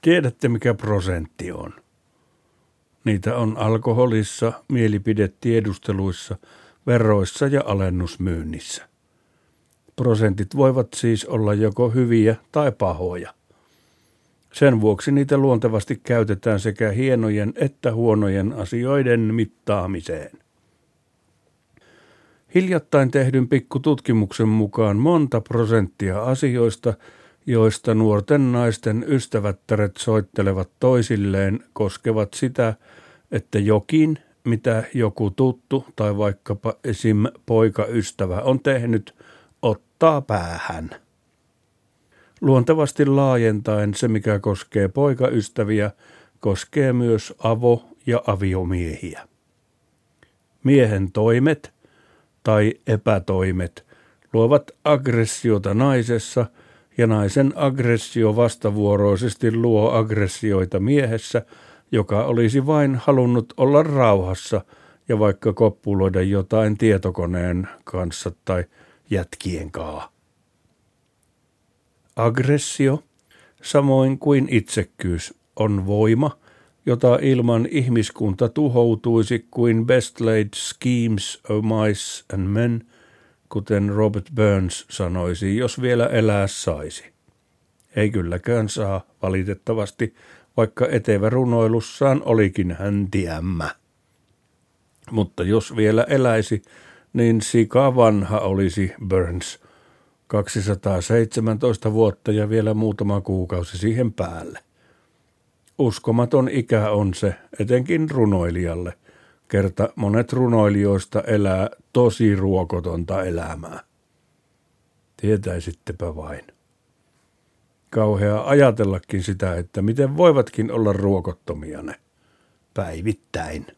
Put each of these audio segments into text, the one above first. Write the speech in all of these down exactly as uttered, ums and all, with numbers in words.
Tiedätte, mikä prosentti on? Niitä on alkoholissa, mielipidetiedusteluissa, veroissa ja alennusmyynnissä. Prosentit voivat siis olla joko hyviä tai pahoja. Sen vuoksi niitä luontevasti käytetään sekä hienojen että huonojen asioiden mittaamiseen. Hiljattain tehdyn pikkututkimuksen mukaan monta prosenttia asioista, joista nuorten naisten ystävättäret soittelevat toisilleen, koskevat sitä, että jokin, mitä joku tuttu tai vaikkapa esim. Poikaystävä on tehnyt, ottaa päähän. Luontevasti laajentaen se, mikä koskee poikaystäviä, koskee myös avo- ja aviomiehiä. Miehen toimet tai epätoimet luovat aggressiota naisessa, ja naisen aggressio vastavuoroisesti luo aggressioita miehessä, joka olisi vain halunnut olla rauhassa ja vaikka koppuloida jotain tietokoneen kanssa tai jätkien kaa. Aggressio, samoin kuin itsekkyys, on voima, jota ilman ihmiskunta tuhoutuisi kuin best laid schemes of mice and men, kuten Robert Burns sanoisi, jos vielä elää saisi. Ei kylläkään saa, valitettavasti, vaikka etevä runoilussaan olikin hän tiämmä. Mutta jos vielä eläisi, niin sika vanha olisi Burns, kaksisataaseitsemäntoista vuotta ja vielä muutama kuukausi siihen päälle. Uskomaton ikä on se, etenkin runoilijalle, kerta monet runoilijoista elää tosi ruokotonta elämää. Tietäisittepä vain. Kauhea ajatellakin sitä, että miten voivatkin olla ruokottomia ne päivittäin.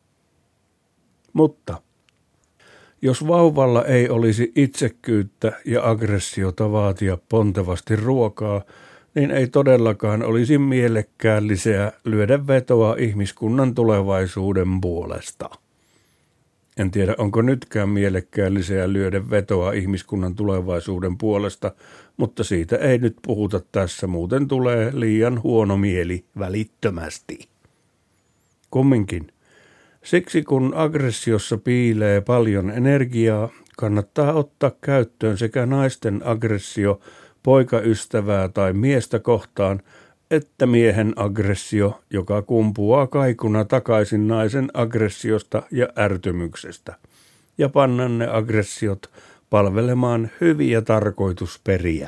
Mutta jos vauvalla ei olisi itsekkyyttä ja aggressiota vaatia pontevasti ruokaa, niin ei todellakaan olisi mielekkäällisiä lyödä vetoa ihmiskunnan tulevaisuuden puolesta. En tiedä, onko nytkään mielekkäällisiä lyödä vetoa ihmiskunnan tulevaisuuden puolesta, mutta siitä ei nyt puhuta tässä, muuten tulee liian huono mieli välittömästi. Kumminkin, siksi kun aggressiossa piilee paljon energiaa, kannattaa ottaa käyttöön sekä naisten aggressio poikaystävää tai miestä kohtaan, että miehen aggressio, joka kumpuaa kaikuna takaisin naisen aggressiosta ja ärtymyksestä, ja panna ne aggressiot palvelemaan hyviä tarkoitusperiä.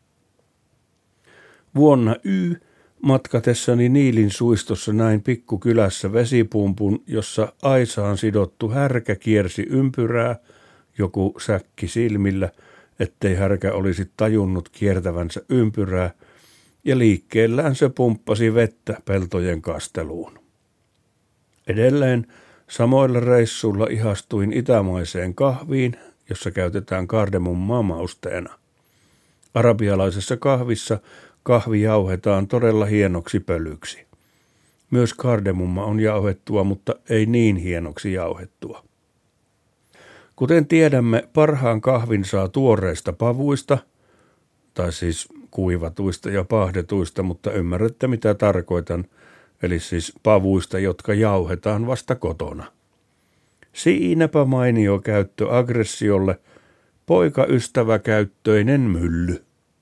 Vuonna Y matkatessani Niilin suistossa näin pikkukylässä vesipumpun, jossa aisaan sidottu härkä kiersi ympyrää, joku säkki silmillä, ettei härkä olisi tajunnut kiertävänsä ympyrää, ja liikkeellään se pumppasi vettä peltojen kasteluun. Edelleen samoilla reissuilla ihastuin itämaiseen kahviin, jossa käytetään kardemummaa mausteena. Arabialaisessa kahvissa kahvi jauhetaan todella hienoksi pölyksi. Myös kardemumma on jauhettua, mutta ei niin hienoksi jauhettua. Kuten tiedämme, parhaan kahvin saa tuoreista pavuista, tai siis kuivatuista ja pahdetuista, mutta ymmärrätte mitä tarkoitan, eli siis pavuista, jotka jauhetaan vasta kotona. Siinäpä mainio käyttö aggressiolle, poikaystäväkäyttöinen mylly.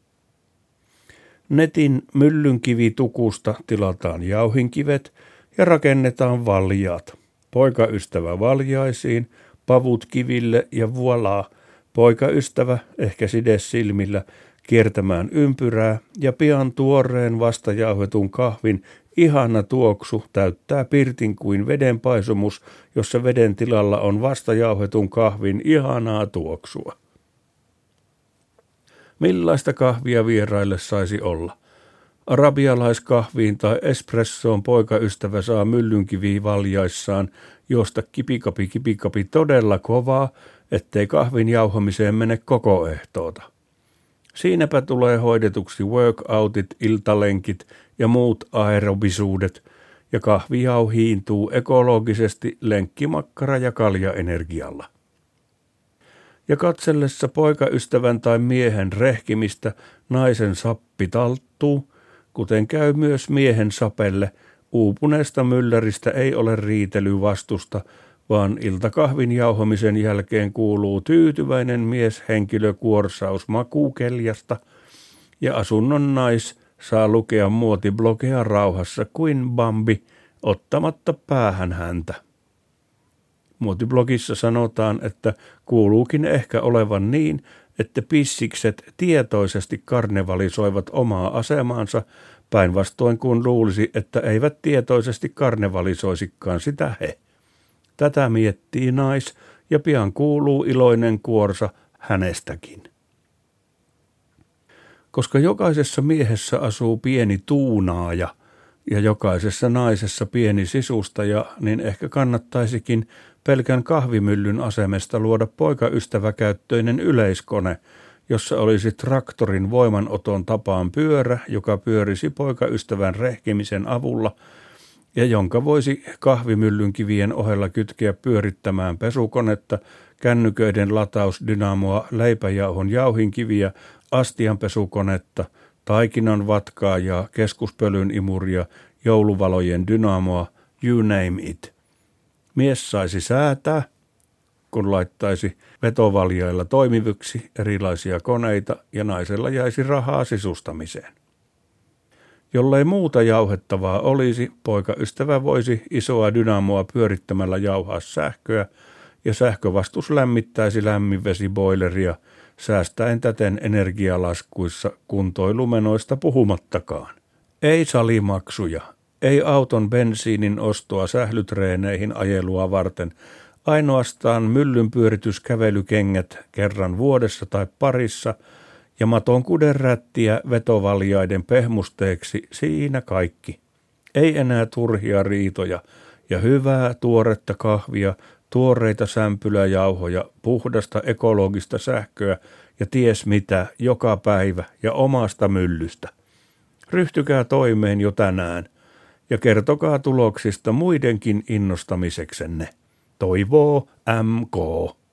Netin myllynkivitukusta tilataan jauhinkivet ja rakennetaan valjaat. Poikaystävä valjaisiin, pavut kiville ja voilaa, poikaystävä, ehkä side silmillä, kiertämään ympyrää ja pian tuoreen vastajauhetun kahvin ihana tuoksu täyttää pirtin kuin vedenpaisumus, jossa veden tilalla on vastajauhetun kahvin ihanaa tuoksua. Millaista kahvia vieraille saisi olla? Arabialaiskahviin tai espressoon poikaystävä saa myllynkiviä valjaissaan josta kipikapi kipikapi todella kovaa, ettei kahvin jauhamiseen mene koko ehtoota. Siinäpä tulee hoidetuksi workoutit, iltalenkit ja muut aerobisuudet, ja kahvi jauhiintuu ekologisesti lenkkimakkara- ja kaljaenergialla. Ja katsellessa poikaystävän tai miehen rehkimistä naisen sappi talttuu, Kuten käy myös miehen sapelle, uupuneesta mylläristä ei ole riitelyvastusta, vaan iltakahvin jauhamisen jälkeen kuuluu tyytyväinen mieshenkilökuorsaus makuukeljasta ja asunnon nais saa lukea muotiblogia rauhassa kuin Bambi ottamatta päähän häntä. Muotiblogissa sanotaan, että kuuluukin ehkä olevan niin, että pissikset tietoisesti karnevalisoivat omaa asemaansa päinvastoin kuin luulisi, että eivät tietoisesti karnevalisoisikaan sitä he. Tätä miettii nais ja pian kuuluu iloinen kuorsa hänestäkin. Koska jokaisessa miehessä asuu pieni tuunaaja ja jokaisessa naisessa pieni sisustaja, niin ehkä kannattaisikin pelkän kahvimyllyn asemesta luoda poikaystäväkäyttöinen yleiskone, jossa olisi traktorin voimanoton tapaan pyörä, joka pyörisi poikaystävän rehkimisen avulla ja jonka voisi kahvimyllyn kivien ohella kytkeä pyörittämään pesukonetta, kännyköiden latausdynamoa, leipäjauhon jauhinkiviä, astianpesukonetta, taikinan vatkaajaa, keskuspölyn imuria, jouluvalojen dynamoa, you name it. Mies saisi säätää, kun laittaisi vetovaljailla toimiviksi erilaisia koneita ja naisella jäisi rahaa sisustamiseen. Jollei muuta jauhettavaa olisi, poikaystävä voisi isoa dynamoa pyörittämällä jauhaa sähköä ja sähkövastus lämmittäisi lämminvesiboileria, säästäen täten energialaskuissa kuntoilumenoista puhumattakaan. Ei salimaksuja, ei auton bensiinin ostoa sählytreeneihin ajelua varten, ainoastaan myllynpyörityskävelykengät kerran vuodessa tai parissa ja maton kudenrättiä vetovaljaiden pehmusteeksi, siinä kaikki. Ei enää turhia riitoja ja hyvää tuoretta kahvia, tuoreita sämpyläjauhoja, puhdasta ekologista sähköä ja ties mitä joka päivä ja omasta myllystä. Ryhtykää toimeen jo tänään ja kertokaa tuloksista muidenkin innostamiseksenne. Toivoo M K.